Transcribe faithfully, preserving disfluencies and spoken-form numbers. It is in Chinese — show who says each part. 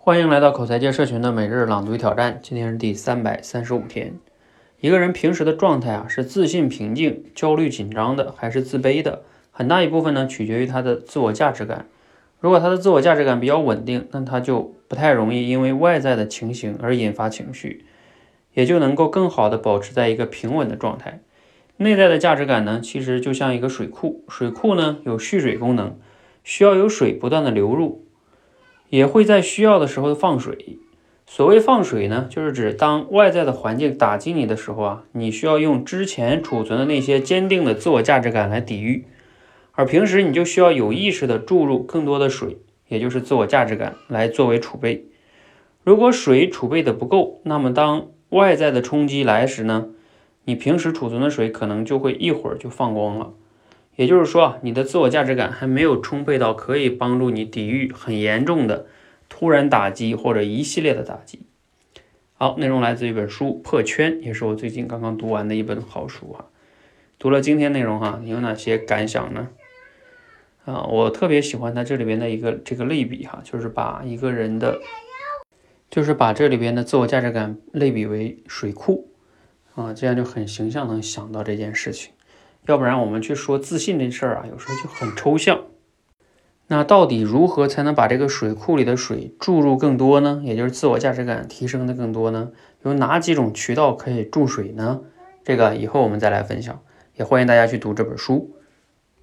Speaker 1: 欢迎来到口才界社群的每日朗读与挑战，今天是第三百三十五天。一个人平时的状态啊，是自信平静、焦虑紧张的，还是自卑的？很大一部分呢，取决于他的自我价值感。如果他的自我价值感比较稳定，那他就不太容易因为外在的情形而引发情绪，也就能够更好的保持在一个平稳的状态。内在的价值感呢，其实就像一个水库，水库呢有蓄水功能，需要有水不断的流入，也会在需要的时候放水。所谓放水呢，就是指当外在的环境打击你的时候啊，你需要用之前储存的那些坚定的自我价值感来抵御，而平时你就需要有意识的注入更多的水，也就是自我价值感来作为储备。如果水储备的不够，那么当外在的冲击来时呢，你平时储存的水可能就会一会儿就放光了。也就是说啊，你的自我价值感还没有充沛到可以帮助你抵御很严重的突然打击或者一系列的打击。好，内容来自一本书《破圈》，也是我最近刚刚读完的一本好书哈。读了今天内容哈，你有哪些感想呢？啊，我特别喜欢它这里边的一个这个类比哈，就是把一个人的，就是把这里边的自我价值感类比为水库啊，这样就很形象能想到这件事情。要不然我们去说自信这事儿啊，有时候就很抽象。那到底如何才能把这个水库里的水注入更多呢？也就是自我价值感提升的更多呢？有哪几种渠道可以注水呢？这个以后我们再来分享，也欢迎大家去读这本书。